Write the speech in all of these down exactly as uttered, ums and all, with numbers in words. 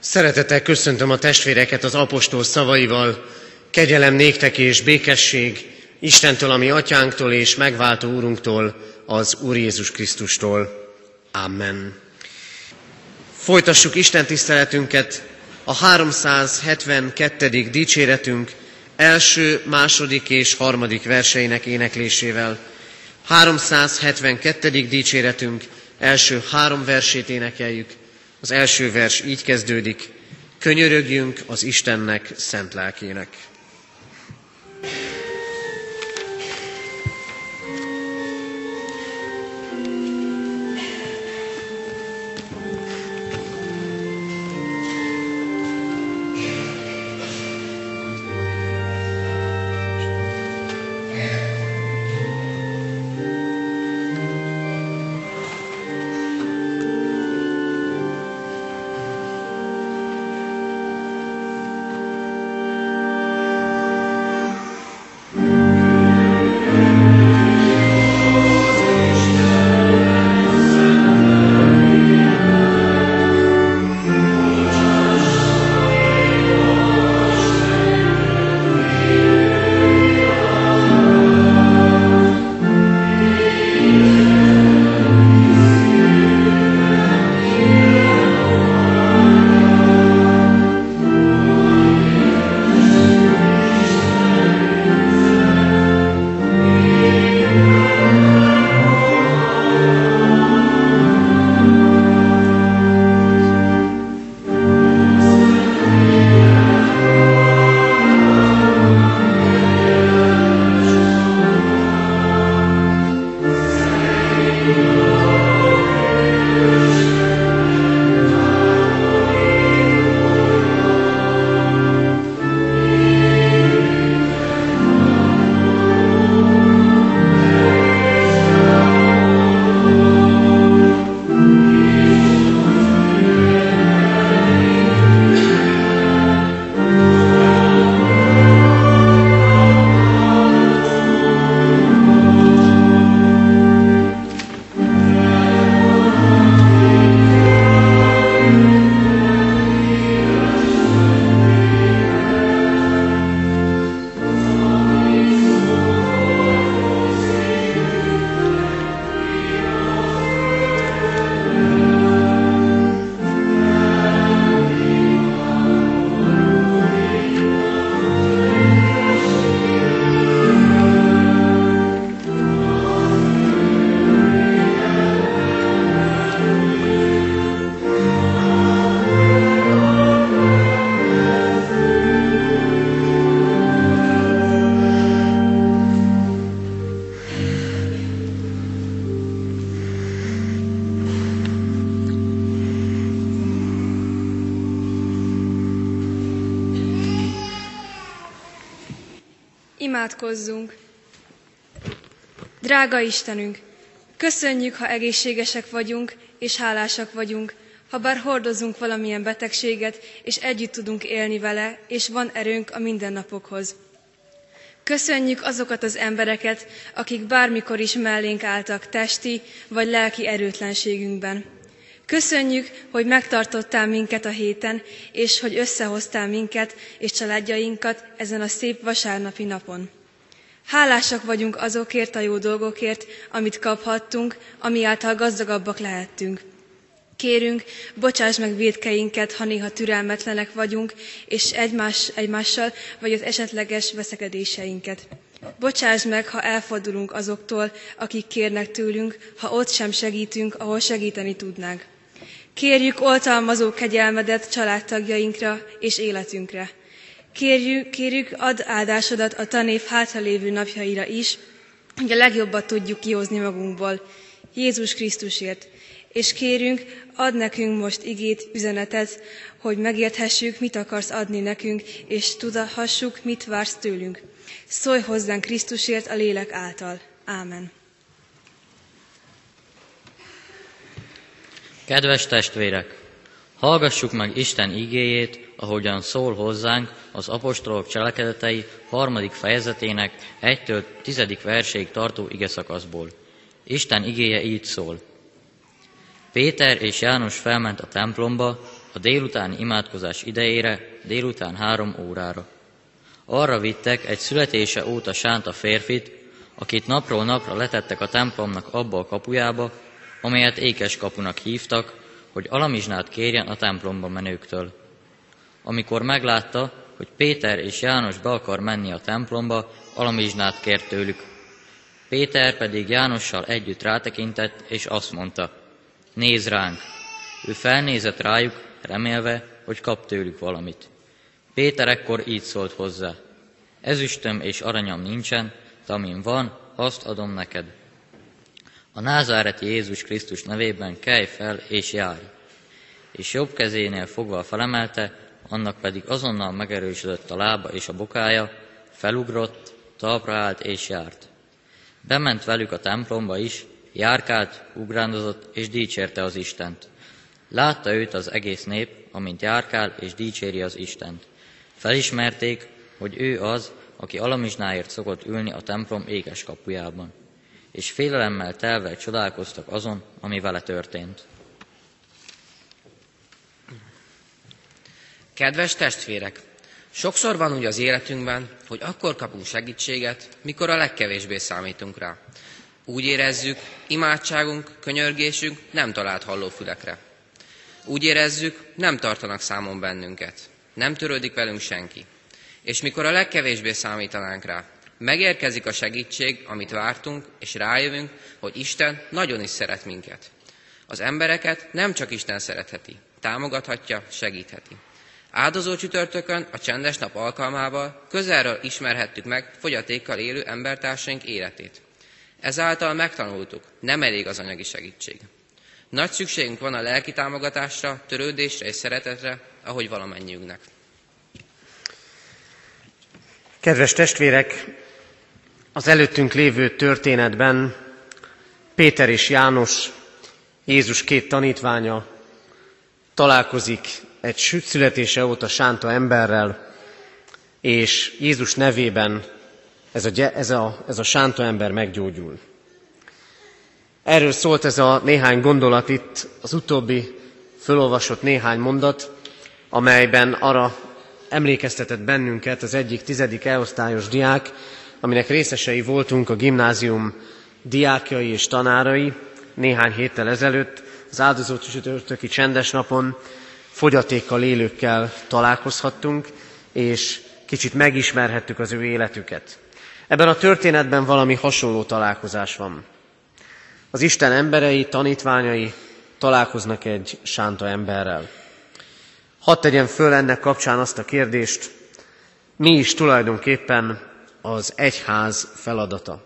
Szeretettel köszöntöm a testvéreket az apostol szavaival. Kegyelem néktek és békesség Istentől, a mi atyánktól és megváltó úrunktól, az Úr Jézus Krisztustól. Amen. Folytassuk Isten tiszteletünket a háromszázhetvenkettedik dicséretünk első, második és harmadik verseinek éneklésével. háromszázhetvenkettedik dicséretünk első három versét énekeljük. Az első vers így kezdődik: könyörögjünk az Istennek szent lelkének. Imádkozzunk! Drága Istenünk, köszönjük, ha egészségesek vagyunk, és hálásak vagyunk, ha bár hordozunk valamilyen betegséget, és együtt tudunk élni vele, és van erőnk a mindennapokhoz. Köszönjük azokat az embereket, akik bármikor is mellénk álltak testi vagy lelki erőtlenségünkben. Köszönjük, hogy megtartottál minket a héten, és hogy összehoztál minket és családjainkat ezen a szép vasárnapi napon. Hálásak vagyunk azokért a jó dolgokért, amit kaphattunk, ami által gazdagabbak lehettünk. Kérünk, bocsáss meg vétkeinket, ha néha türelmetlenek vagyunk, és egymás, egymással, vagy az esetleges veszekedéseinket. Bocsáss meg, ha elfordulunk azoktól, akik kérnek tőlünk, ha ott sem segítünk, ahol segíteni tudnánk. Kérjük oltalmazó kegyelmedet családtagjainkra és életünkre. Kérjük, kérjük, add áldásodat a tanév hátralévő napjaira is, hogy a legjobbat tudjuk kihozni magunkból, Jézus Krisztusért. És kérünk, add nekünk most igét, üzenetet, hogy megérthessük, mit akarsz adni nekünk, és tudhassuk, mit vársz tőlünk. Szólj hozzánk Krisztusért a lélek által. Ámen. Kedves testvérek! Hallgassuk meg Isten igéjét, ahogyan szól hozzánk az apostolok cselekedetei harmadik fejezetének egytől tizedik verséig tartó igeszakaszból. Isten igéje így szól. Péter és János felment a templomba, a délutáni imádkozás idejére, délután három órára. Arra vittek egy születése óta sánta férfit, akit napról napra letettek a templomnak abba a kapujába, amelyet Ékes kapunak hívtak, hogy alamizsnát kérjen a templomba menőktől. Amikor meglátta, hogy Péter és János be akar menni a templomba, alamizsnát kért tőlük. Péter pedig Jánossal együtt rátekintett, és azt mondta: nézz ránk! Ő felnézett rájuk, remélve, hogy kap tőlük valamit. Péter ekkor így szólt hozzá: ezüstöm és aranyam nincsen, de amin van, azt adom neked. A názáreti Jézus Krisztus nevében kelj fel és járj! És jobb kezénél fogva felemelte, annak pedig azonnal megerősödött a lába és a bokája, felugrott, talpra állt és járt. Bement velük a templomba is, járkált, ugrándozott és dicsérte az Istent. Látta őt az egész nép, amint járkál és dicséri az Istent. Felismerték, hogy ő az, aki alamizsnáért szokott ülni a templom ékes kapujában. És félelemmel telve csodálkoztak azon, ami vele történt. Kedves testvérek! Sokszor van úgy az életünkben, hogy akkor kapunk segítséget, mikor a legkevésbé számítunk rá. Úgy érezzük, imádságunk, könyörgésünk nem talált hallófülekre. Úgy érezzük, nem tartanak számon bennünket. Nem törődik velünk senki. És mikor a legkevésbé számítanánk rá, megérkezik a segítség, amit vártunk, és rájövünk, hogy Isten nagyon is szeret minket. Az embereket nem csak Isten szeretheti, támogathatja, segítheti. Áldozó csütörtökön a csendes nap alkalmával közelről ismerhettük meg fogyatékkal élő embertársaink életét. Ezáltal megtanultuk, nem elég az anyagi segítség. Nagy szükségünk van a lelki támogatásra, törődésre és szeretetre, ahogy valamennyiünknek. Kedves testvérek, az előttünk lévő történetben Péter és János, Jézus két tanítványa találkozik egy születése óta sánta emberrel, és Jézus nevében ez a, ez a, ez a sánta ember meggyógyul. Erről szólt ez a néhány gondolat itt, az utóbbi fölolvasott néhány mondat, amelyben arra emlékeztetett bennünket az egyik tizedik eosztályos diák, aminek részesei voltunk a gimnázium diákjai és tanárai néhány héttel ezelőtt, az áldozó csütörtöki csendes napon fogyatékkal élőkkel találkozhattunk, és kicsit megismerhettük az ő életüket. Ebben a történetben valami hasonló találkozás van. Az Isten emberei, tanítványai találkoznak egy sánta emberrel. Hadd tegyem föl ennek kapcsán azt a kérdést, mi is tulajdonképpen az egyház feladata.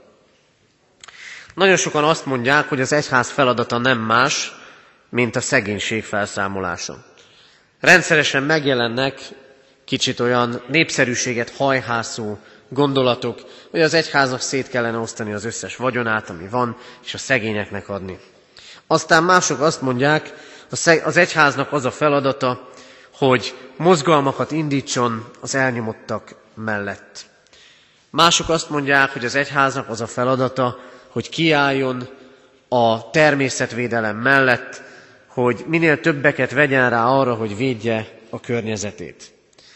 Nagyon sokan azt mondják, hogy az egyház feladata nem más, mint a szegénység felszámolása. Rendszeresen megjelennek kicsit olyan népszerűséget hajhászó gondolatok, hogy az egyháznak szét kellene osztani az összes vagyonát, ami van, és a szegényeknek adni. Aztán mások azt mondják, az egyháznak az a feladata, hogy mozgalmakat indítson az elnyomottak mellett. Mások azt mondják, hogy az egyháznak az a feladata, hogy kiálljon a természetvédelem mellett, hogy minél többeket vegyen rá arra, hogy védje a környezetét.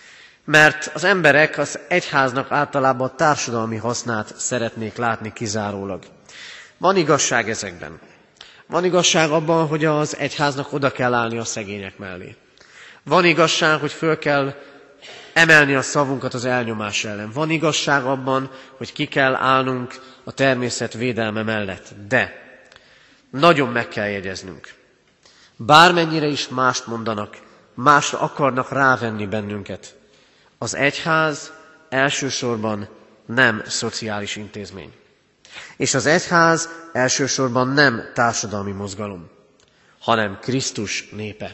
Mert az emberek az egyháznak általában a társadalmi hasznát szeretnék látni kizárólag. Van igazság ezekben. Van igazság abban, hogy az egyháznak oda kell állni a szegények mellé. Van igazság, hogy föl kell emelni a szavunkat az elnyomás ellen. Van igazság abban, hogy ki kell állnunk a természet védelme mellett. De nagyon meg kell jegyeznünk. Bármennyire is mást mondanak, másra akarnak rávenni bennünket. Az egyház elsősorban nem szociális intézmény. És az egyház elsősorban nem társadalmi mozgalom, hanem Krisztus népe.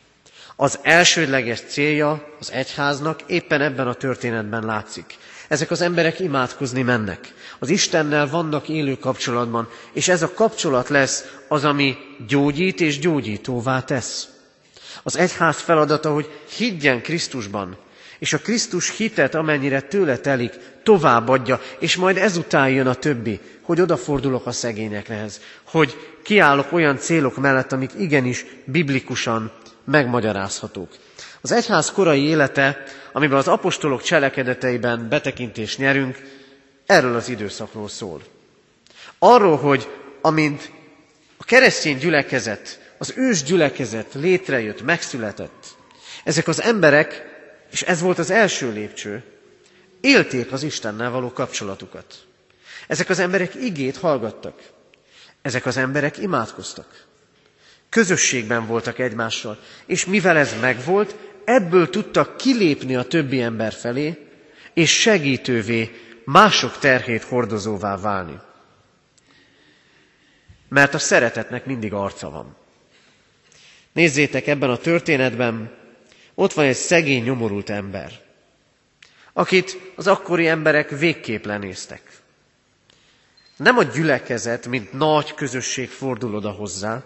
Az elsődleges célja az egyháznak éppen ebben a történetben látszik. Ezek az emberek imádkozni mennek. Az Istennel vannak élő kapcsolatban, és ez a kapcsolat lesz az, ami gyógyít és gyógyítóvá tesz. Az egyház feladata, hogy higgyen Krisztusban, és a Krisztus hitet, amennyire tőle telik, továbbadja, és majd ezután jön a többi, hogy odafordulok a szegényekhez, hogy kiállok olyan célok mellett, amik igenis biblikusan megmagyarázhatók. Az egyház korai élete, amiben az apostolok cselekedeteiben betekintést nyerünk, erről az időszakról szól. Arról, hogy amint a keresztény gyülekezet, az ős gyülekezet létrejött, megszületett, ezek az emberek, és ez volt az első lépcső, élték az Istennel való kapcsolatukat. Ezek az emberek igét hallgattak. Ezek az emberek imádkoztak. Közösségben voltak egymással, és mivel ez megvolt, ebből tudtak kilépni a többi ember felé, és segítővé, mások terhét hordozóvá válni. Mert a szeretetnek mindig arca van. Nézzétek, ebben a történetben ott van egy szegény, nyomorult ember, akit az akkori emberek végképp lenéztek. Nem a gyülekezet, mint nagy közösség fordul oda hozzá,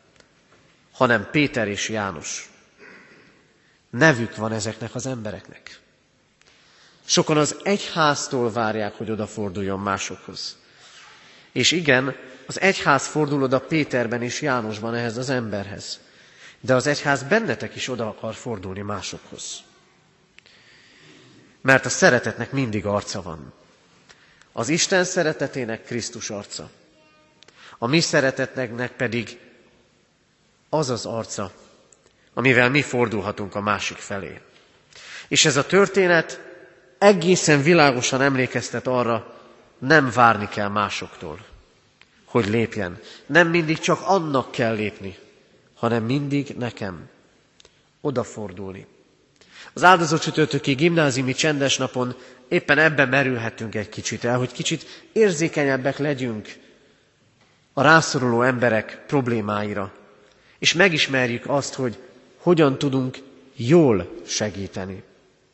hanem Péter és János. Nevük van ezeknek az embereknek. Sokan az egyháztól várják, hogy odaforduljon másokhoz. És igen, az egyház fordul oda Péterben és Jánosban ehhez az emberhez. De az egyház bennetek is oda akar fordulni másokhoz. Mert a szeretetnek mindig arca van. Az Isten szeretetének Krisztus arca. A mi szeretetnek pedig az az arca, amivel mi fordulhatunk a másik felé. És ez a történet egészen világosan emlékeztet arra, nem várni kell másoktól, hogy lépjen. Nem mindig csak annak kell lépni, hanem mindig nekem odafordulni. Az áldozó csütörtöki gimnáziumi csendes napon éppen ebben merülhetünk egy kicsit el, hogy kicsit érzékenyebbek legyünk a rászoruló emberek problémáira, és megismerjük azt, hogy hogyan tudunk jól segíteni.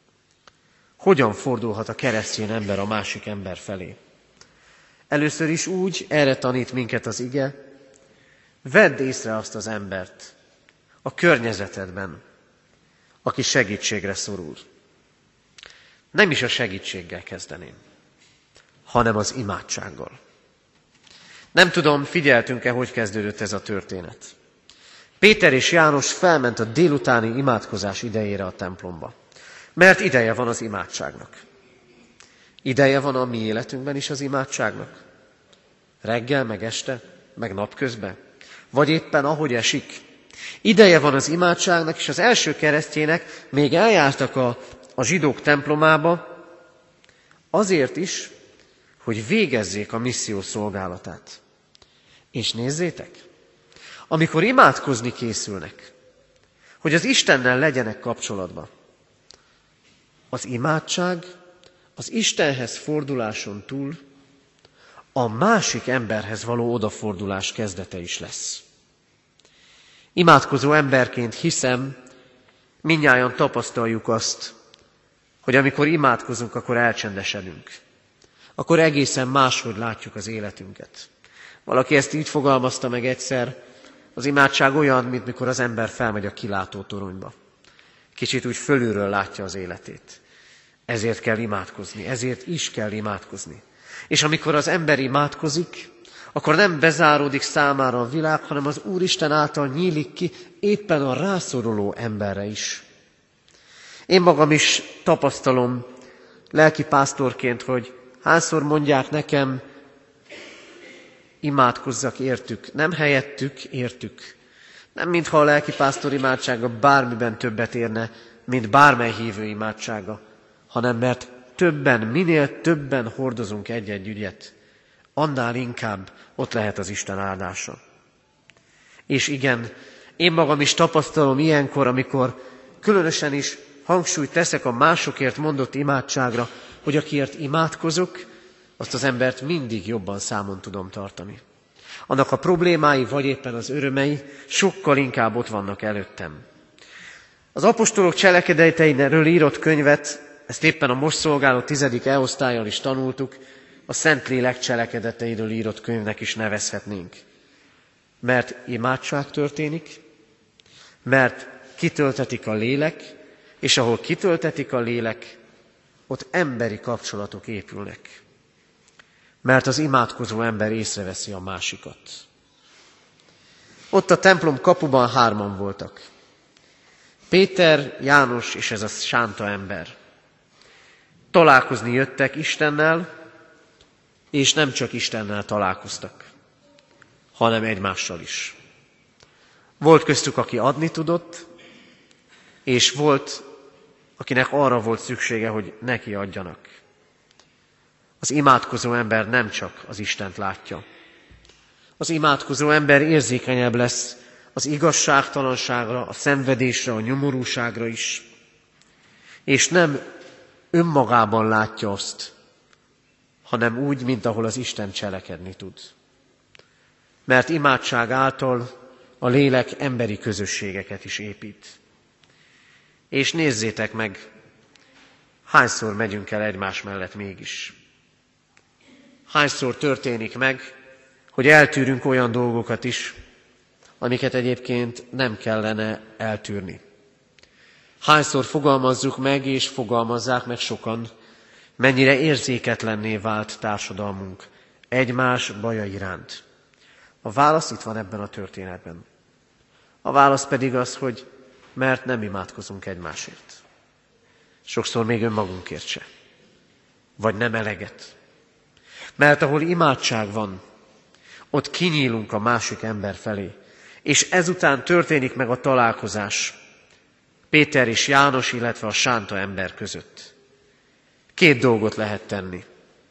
Hogyan fordulhat a keresztény ember a másik ember felé? Először is úgy, erre tanít minket az ige, vedd észre azt az embert a környezetedben, aki segítségre szorul. Nem is a segítséggel kezdeném, hanem az imádsággal. Nem tudom, figyeltünk-e, hogy kezdődött ez a történet. Péter és János felment a délutáni imádkozás idejére a templomba, mert ideje van az imádságnak. Ideje van a mi életünkben is az imádságnak. Reggel, meg este, meg napközben, vagy éppen ahogy esik. Ideje van az imádságnak, és az első keresztjének még eljártak a, a zsidók templomába, azért is, hogy végezzék a misszió szolgálatát. És nézzétek, amikor imádkozni készülnek, hogy az Istennel legyenek kapcsolatban, az imádság az Istenhez forduláson túl a másik emberhez való odafordulás kezdete is lesz. Imádkozó emberként hiszem, mindnyájan tapasztaljuk azt, hogy amikor imádkozunk, akkor elcsendesedünk. Akkor egészen máshogy látjuk az életünket. Valaki ezt így fogalmazta meg egyszer, az imádság olyan, mint mikor az ember felmegy a kilátótoronyba. Kicsit úgy fölülről látja az életét. Ezért kell imádkozni, ezért is kell imádkozni. És amikor az ember imádkozik, akkor nem bezáródik számára a világ, hanem az Úristen által nyílik ki éppen a rászoruló emberre is. Én magam is tapasztalom lelkipásztorként, hogy hányszor mondják nekem, imádkozzak értük, nem helyettük, értük. Nem mintha a lelkipásztor imádsága bármiben többet érne, mint bármely hívő imádsága, hanem mert többen, minél többen hordozunk egy-egy ügyet, annál inkább ott lehet az Isten áldása. És igen, én magam is tapasztalom ilyenkor, amikor különösen is hangsúlyt teszek a másokért mondott imádságra, hogy akiért imádkozok, azt az embert mindig jobban számon tudom tartani. Annak a problémái, vagy éppen az örömei sokkal inkább ott vannak előttem. Az apostolok cselekedeteiről írott könyvet, ezt éppen a most szolgáló tizedik E-osztállyal is tanultuk, a Szentlélek cselekedeteiről írott könyvnek is nevezhetnénk. Mert imádság történik, mert kitöltetik a lélek, és ahol kitöltetik a lélek, ott emberi kapcsolatok épülnek. Mert az imádkozó ember észreveszi a másikat. Ott a templom kapuban hárman voltak. Péter, János és ez a sánta ember találkozni jöttek Istennel, és nem csak Istennel találkoztak, hanem egymással is. Volt köztük, aki adni tudott, és volt, akinek arra volt szüksége, hogy neki adjanak. Az imádkozó ember nem csak az Istent látja. Az imádkozó ember érzékenyebb lesz az igazságtalanságra, a szenvedésre, a nyomorúságra is, és nem önmagában látja azt, hanem úgy, mint ahol az Isten cselekedni tud. Mert imádság által a lélek emberi közösségeket is épít. És nézzétek meg, hányszor megyünk el egymás mellett mégis. Hányszor történik meg, hogy eltűrünk olyan dolgokat is, amiket egyébként nem kellene eltűrni. Hányszor fogalmazzuk meg, és fogalmazzák meg sokan, mennyire érzéketlenné vált társadalmunk egymás baja iránt. A válasz itt van ebben a történetben. A válasz pedig az, hogy mert nem imádkozunk egymásért. Sokszor még önmagunkért se. Vagy nem eleget. Mert ahol imádság van, ott kinyílunk a másik ember felé. És ezután történik meg a találkozás Péter és János, illetve a sánta ember között. Két dolgot lehet tenni.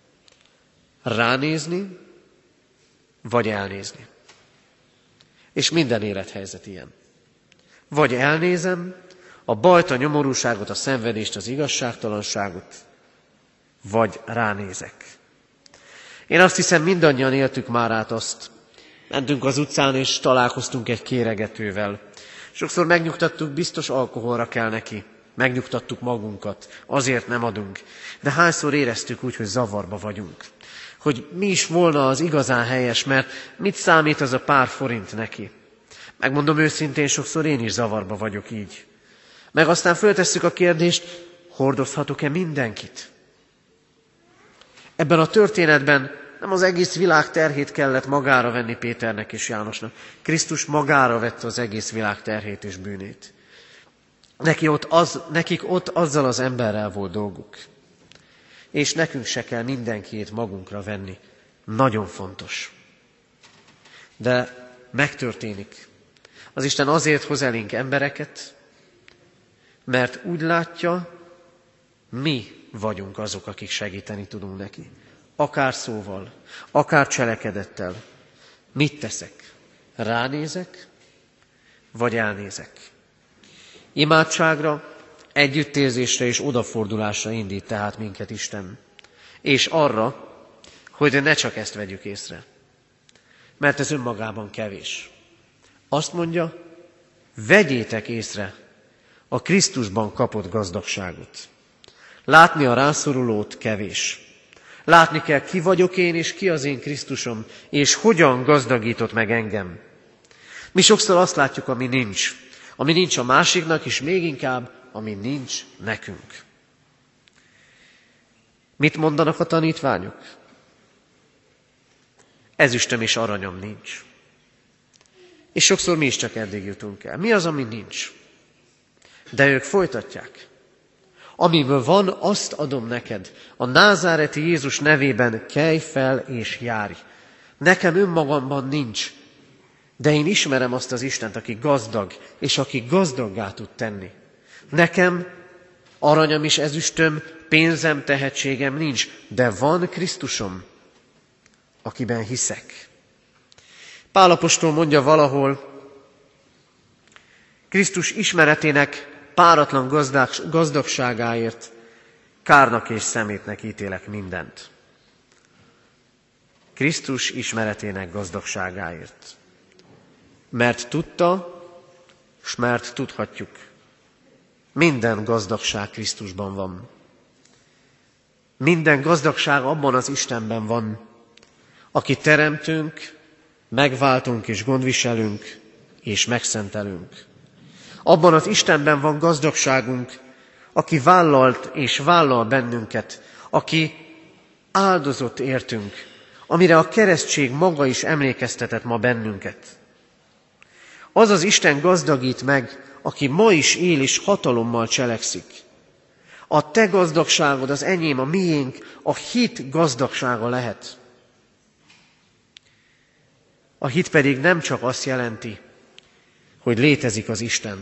Ránézni, vagy elnézni. És minden élethelyzet ilyen. Vagy elnézem a bajt, a nyomorúságot, a szenvedést, az igazságtalanságot, vagy ránézek. Én azt hiszem, mindannyian éltük már át azt. Mentünk az utcán, és találkoztunk egy kéregetővel. Sokszor megnyugtattuk, biztos alkoholra kell neki. Megnyugtattuk magunkat, azért nem adunk. De hányszor éreztük úgy, hogy zavarba vagyunk. Hogy mi is volna az igazán helyes, mert mit számít az a pár forint neki. Megmondom őszintén, sokszor én is zavarba vagyok így. Meg aztán föltesszük a kérdést, hordozhatok-e mindenkit? Ebben a történetben nem az egész világ terhét kellett magára venni Péternek és Jánosnak. Krisztus magára vette az egész világ terhét és bűnét. Neki ott az, nekik ott azzal az emberrel volt dolguk. És nekünk se kell mindenkiét magunkra venni. Nagyon fontos. De megtörténik. Az Isten azért hoz elénk embereket, mert úgy látja, mi vagyunk azok, akik segíteni tudunk neki. Akár szóval, akár cselekedettel. Mit teszek? Ránézek, vagy elnézek? Imádságra, együttérzésre és odafordulásra indít tehát minket Isten. És arra, hogy ne csak ezt vegyük észre. Mert ez önmagában kevés. Azt mondja, vegyétek észre a Krisztusban kapott gazdagságot. Látni a rászorulót kevés. Látni kell, ki vagyok én, és ki az én Krisztusom, és hogyan gazdagított meg engem. Mi sokszor azt látjuk, ami nincs. Ami nincs a másiknak, és még inkább, ami nincs nekünk. Mit mondanak a tanítványok? Ezüstöm és aranyom nincs. És sokszor mi is csak eddig jutunk el. Mi az, ami nincs? De ők folytatják. Amiből van, azt adom neked. A názáreti Jézus nevében kelj fel és járj. Nekem önmagamban nincs. De én ismerem azt az Istent, aki gazdag, és aki gazdaggá tud tenni. Nekem aranyam és ezüstöm, pénzem, tehetségem nincs, de van Krisztusom, akiben hiszek. Pál apostol mondja valahol, Krisztus ismeretének páratlan gazdag, gazdagságáért kárnak és szemétnek ítélek mindent. Krisztus ismeretének gazdagságáért. Mert tudta, s mert tudhatjuk. Minden gazdagság Krisztusban van. Minden gazdagság abban az Istenben van, aki teremtünk, megváltunk és gondviselünk, és megszentelünk. Abban az Istenben van gazdagságunk, aki vállalt és vállal bennünket, aki áldozott értünk, amire a keresztség maga is emlékeztetett ma bennünket. Az az Isten gazdagít meg, aki ma is él és hatalommal cselekszik. A te gazdagságod, az enyém, a miénk, a hit gazdagsága lehet. A hit pedig nem csak azt jelenti, hogy létezik az Isten,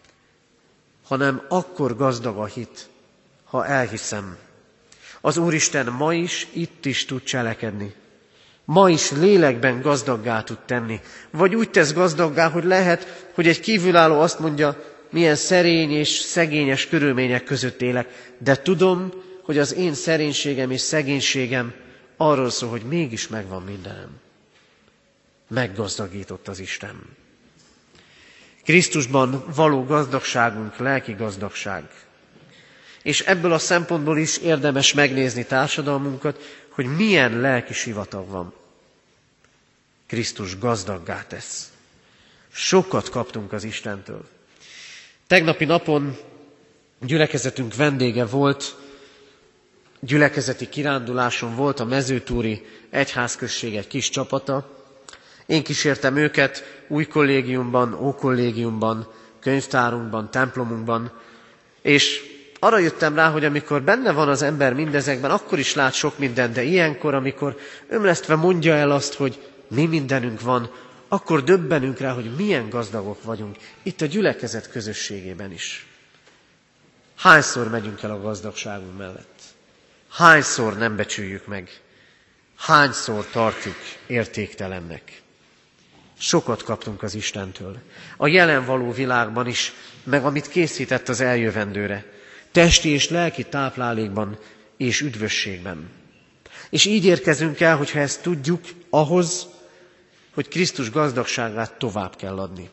hanem akkor gazdag a hit, ha elhiszem. Az Úristen ma is, itt is tud cselekedni. Ma is lélekben gazdaggá tud tenni. Vagy úgy tesz gazdaggá, hogy lehet, hogy egy kívülálló azt mondja, milyen szerény és szegényes körülmények között élek, de tudom, hogy az én szerénységem és szegénységem arról szól, hogy mégis megvan mindenem. Meggazdagított az Isten. Krisztusban való gazdagságunk lelki gazdagság. És ebből a szempontból is érdemes megnézni társadalmunkat, hogy milyen lelki sivatag van. Krisztus gazdaggá tesz. Sokat kaptunk az Istentől. Tegnapi napon gyülekezetünk vendége volt, gyülekezeti kiránduláson volt a Mezőtúri egyházközség egy kis csapata. Én kísértem őket új kollégiumban, ókollégiumban, könyvtárunkban, templomunkban, és arra jöttem rá, hogy amikor benne van az ember mindezekben, akkor is lát sok mindent, de ilyenkor, amikor ömlesztve mondja el azt, hogy mi mindenünk van, akkor döbbenünk rá, hogy milyen gazdagok vagyunk, itt a gyülekezet közösségében is. Hányszor megyünk el a gazdagságunk mellett? Hányszor nem becsüljük meg? Hányszor tartjuk értéktelennek? Sokat kaptunk az Istentől. A jelen való világban is, meg amit készített az eljövendőre. Testi és lelki táplálékban és üdvösségben. És így érkezünk el, hogyha ezt tudjuk, ahhoz, hogy Krisztus gazdagságát tovább kell adni.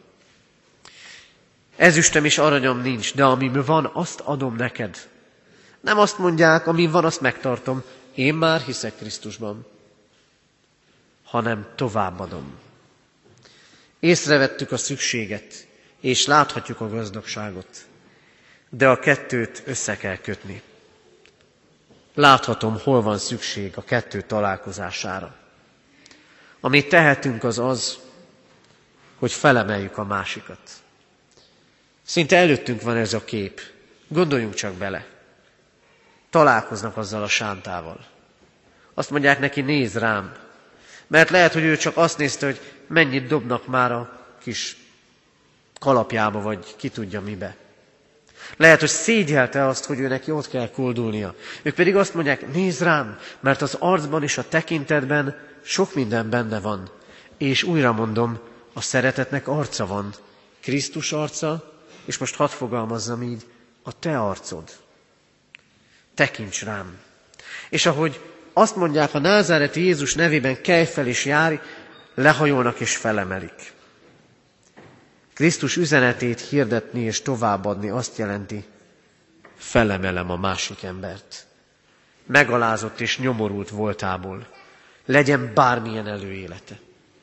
Ezüstem és aranyam nincs, de ami van, azt adom neked. Nem azt mondják, ami van, azt megtartom. Én már hiszek Krisztusban, hanem továbbadom. Észrevettük a szükséget, és láthatjuk a gazdagságot, de a kettőt össze kell kötni. Láthatom, hol van szükség a kettő találkozására. Amit tehetünk, az az, hogy felemeljük a másikat. Szinte előttünk van ez a kép. Gondoljunk csak bele. Találkoznak azzal a sántával. Azt mondják neki, nézd rám. Mert lehet, hogy ő csak azt nézte, hogy mennyit dobnak már a kis kalapjába, vagy ki tudja mibe. Lehet, hogy szégyelte azt, hogy ő neki ott kell koldulnia. Ők pedig azt mondják, nézd rám, mert az arcban és a tekintetben sok minden benne van. És újra mondom, a szeretetnek arca van. Krisztus arca, és most hadd fogalmazzam így, a te arcod. Tekints rám. És ahogy azt mondják a názáreti Jézus nevében, kelj fel és járj, lehajolnak és felemelik. Krisztus üzenetét hirdetni és továbbadni azt jelenti, felemelem a másik embert. Megalázott és nyomorult voltából. Legyen bármilyen előélete.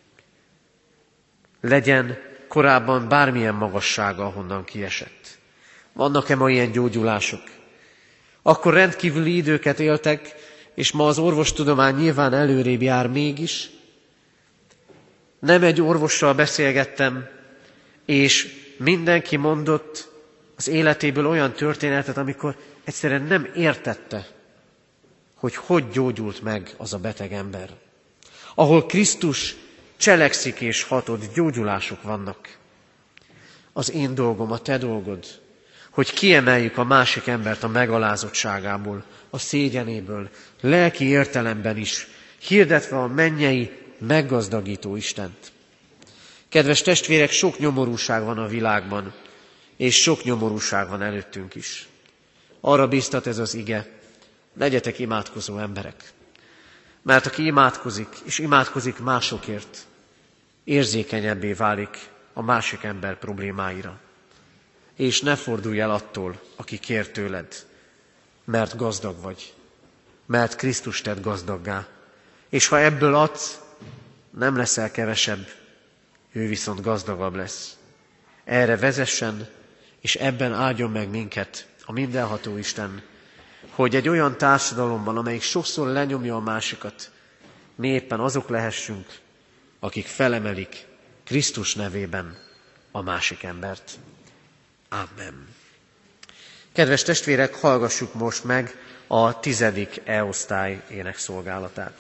Legyen korábban bármilyen magassága, ahonnan kiesett. Vannak-e ma ilyen gyógyulások? Akkor rendkívüli időket éltek, és ma az orvostudomány nyilván előrébb jár mégis. Nem egy orvossal beszélgettem, és mindenki mondott az életéből olyan történetet, amikor egyszerűen nem értette, hogy hogy gyógyult meg az a beteg ember. Ahol Krisztus cselekszik és hatod, gyógyulások vannak. Az én dolgom, a te dolgod, hogy kiemeljük a másik embert a megalázottságából, a szégyenéből, lelki értelemben is, hirdetve a mennyei, meggazdagító Istent. Kedves testvérek, sok nyomorúság van a világban, és sok nyomorúság van előttünk is. Arra bíztat ez az ige, legyetek imádkozó emberek. Mert aki imádkozik, és imádkozik másokért, érzékenyebbé válik a másik ember problémáira. És ne fordulj el attól, aki kér tőled, mert gazdag vagy, mert Krisztus tett gazdaggá. És ha ebből adsz, nem leszel kevesebb, ő viszont gazdagabb lesz. Erre vezessen, és ebben áldjon meg minket a mindenható Isten, hogy egy olyan társadalomban, amelyik sokszor lenyomja a másikat, mi éppen azok lehessünk, akik felemelik Krisztus nevében a másik embert. Amen. Kedves testvérek, hallgassuk most meg a tizedik E-osztály énekszolgálatát.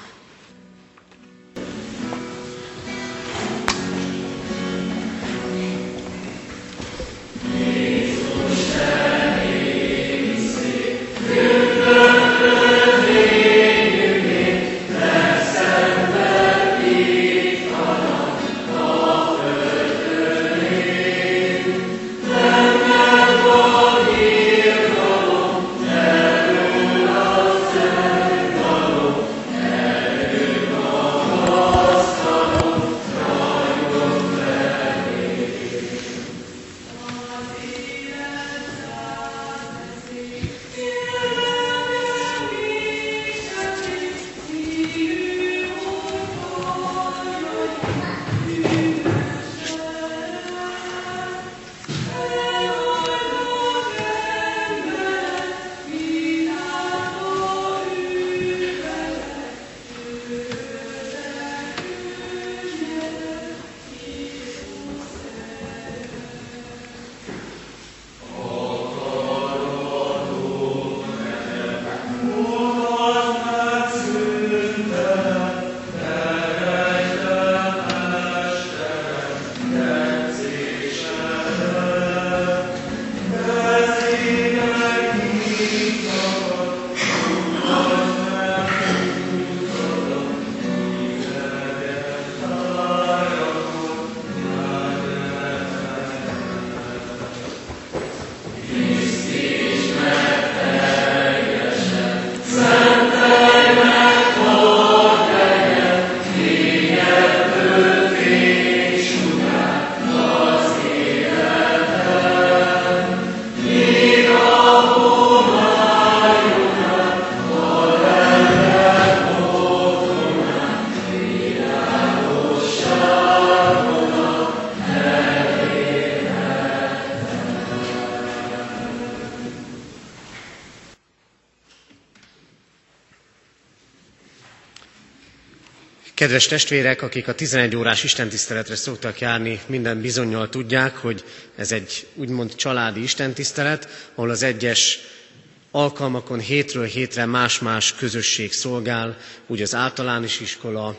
Kedves testvérek, akik a tizenegy órás istentiszteletre szoktak járni, minden bizonnyal tudják, hogy ez egy úgymond családi istentisztelet, ahol az egyes alkalmakon hétről hétre más-más közösség szolgál, úgy az általános iskola,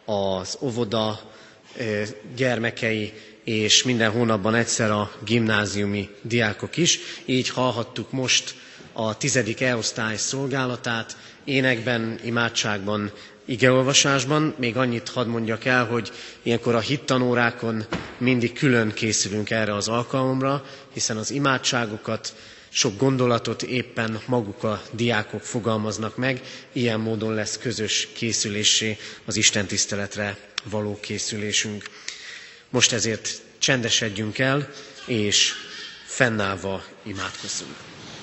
az óvoda gyermekei, és minden hónapban egyszer a gimnáziumi diákok is. Így hallhattuk most a tizedik E-osztály szolgálatát, énekben, imádságban, igeolvasásban. Még annyit hadd mondjak el, hogy ilyenkor a hittanórákon mindig külön készülünk erre az alkalomra, hiszen az imádságokat, sok gondolatot éppen maguk a diákok fogalmaznak meg, ilyen módon lesz közös készülésé az istentiszteletre való készülésünk. Most ezért csendesedjünk el, és fennállva imádkozzunk.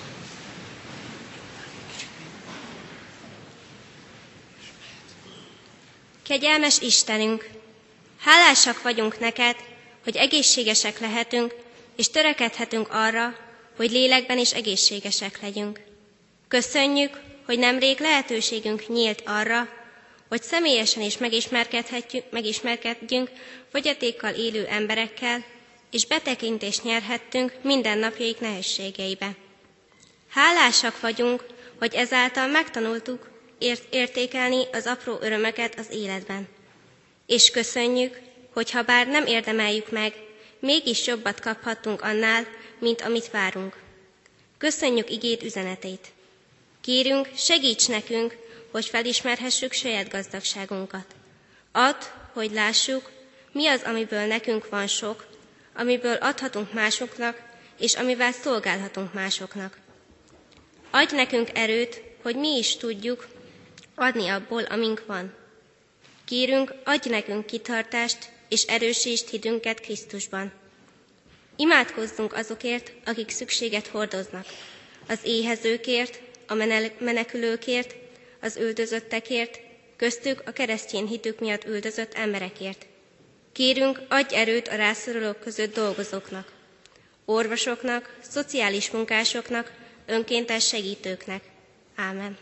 Kegyelmes Istenünk, hálásak vagyunk neked, hogy egészségesek lehetünk, és törekedhetünk arra, hogy lélekben is egészségesek legyünk. Köszönjük, hogy nemrég lehetőségünk nyílt arra, hogy személyesen is megismerkedjünk fogyatékkal élő emberekkel, és betekintést nyerhettünk mindennapjaik nehézségeibe. Hálásak vagyunk, hogy ezáltal megtanultuk értékelni az apró örömöket az életben. És köszönjük, hogy ha bár nem érdemeljük meg, mégis jobbat kaphattunk annál, mint amit várunk. Köszönjük igéd üzenetét. Kérünk, segíts nekünk, hogy felismerhessük saját gazdagságunkat. Add, hogy lássuk, mi az, amiből nekünk van sok, amiből adhatunk másoknak, és amivel szolgálhatunk másoknak. Adj nekünk erőt, hogy mi is tudjuk adni abból, amink van. Kérünk, adj nekünk kitartást, és erősítsd hitünket Krisztusban. Imádkozzunk azokért, akik szükséget hordoznak, az éhezőkért, a menekülőkért, az üldözöttekért, köztük a keresztény hitük miatt üldözött emberekért. Kérünk, adj erőt a rászorulók között dolgozóknak, orvosoknak, szociális munkásoknak, önkéntes segítőknek. Ámen.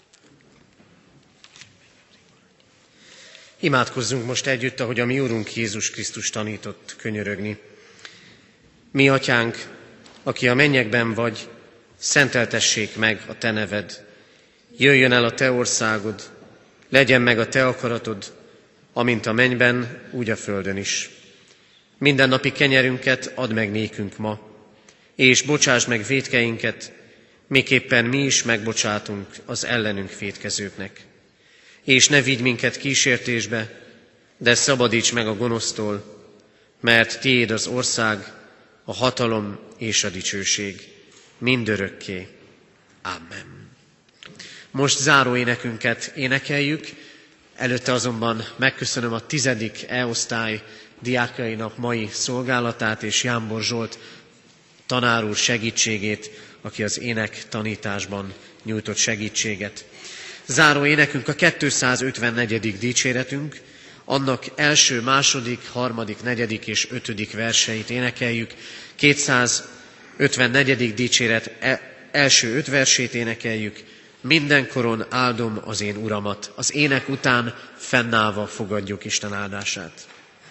Imádkozzunk most együtt, ahogy a mi Urunk Jézus Krisztus tanított könyörögni. Mi, Atyánk, aki a mennyekben vagy, szenteltessék meg a te neved. Jöjjön el a te országod, legyen meg a te akaratod, amint a mennyben, úgy a földön is. Mindennapi kenyerünket add meg nékünk ma, és bocsásd meg vétkeinket, miképpen mi is megbocsátunk az ellenünk vétkezőknek. És ne vigy minket kísértésbe, de szabadíts meg a gonosztól, mert tiéd az ország, a hatalom és a dicsőség mindörökké. Amen. Most záró énekünket énekeljük, előtte azonban megköszönöm a tizedik E-osztály diákjainak mai szolgálatát és Jámbor Zsolt tanár úr segítségét, aki az ének tanításban nyújtott segítséget. Záró énekünk a kétszázötvennegyedik dicséretünk, annak első, második, harmadik, negyedik és ötödik verseit énekeljük. kétszázötvennegyedik dicséret első öt versét énekeljük. Mindenkoron áldom az én Uramat. Az ének után fennállva fogadjuk Isten áldását.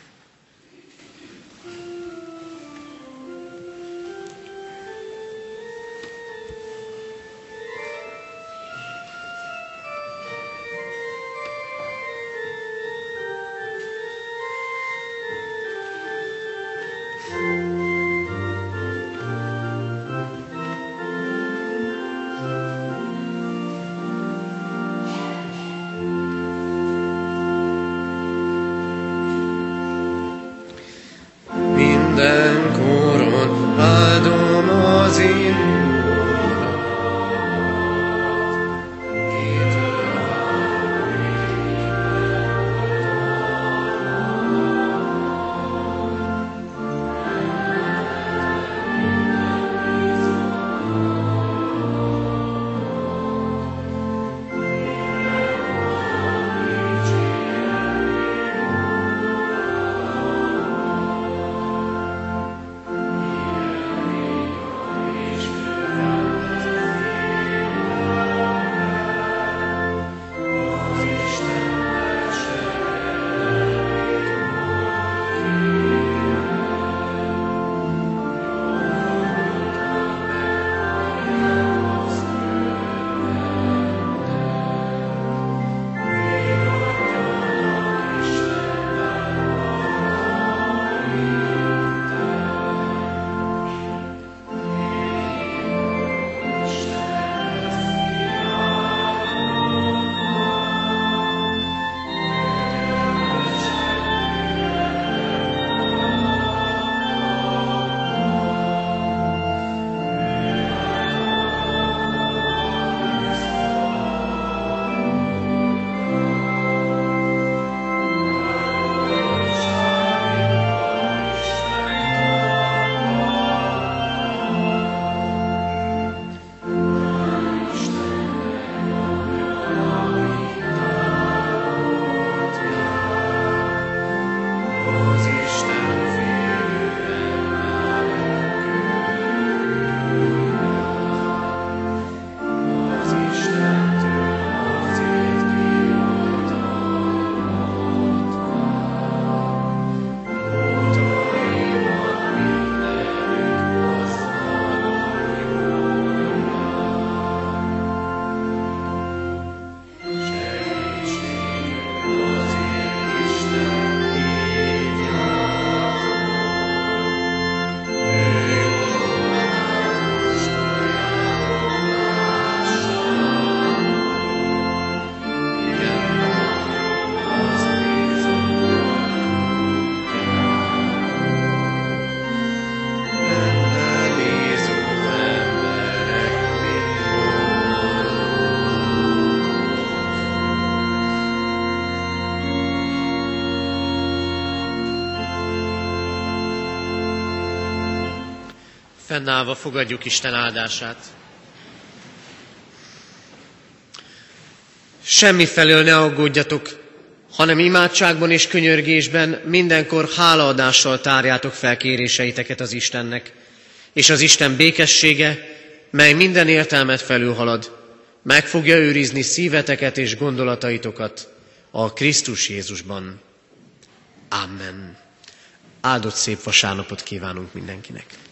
Mindenkoron áldom az én Fennállva fogadjuk Isten áldását. Semmifelől ne aggódjatok, hanem imádságban és könyörgésben mindenkor hálaadással tárjátok fel kéréseiteket az Istennek, és az Isten békessége, mely minden értelmet felülhalad, meg fogja őrizni szíveteket és gondolataitokat a Krisztus Jézusban. Amen. Áldott szép vasárnapot kívánunk mindenkinek!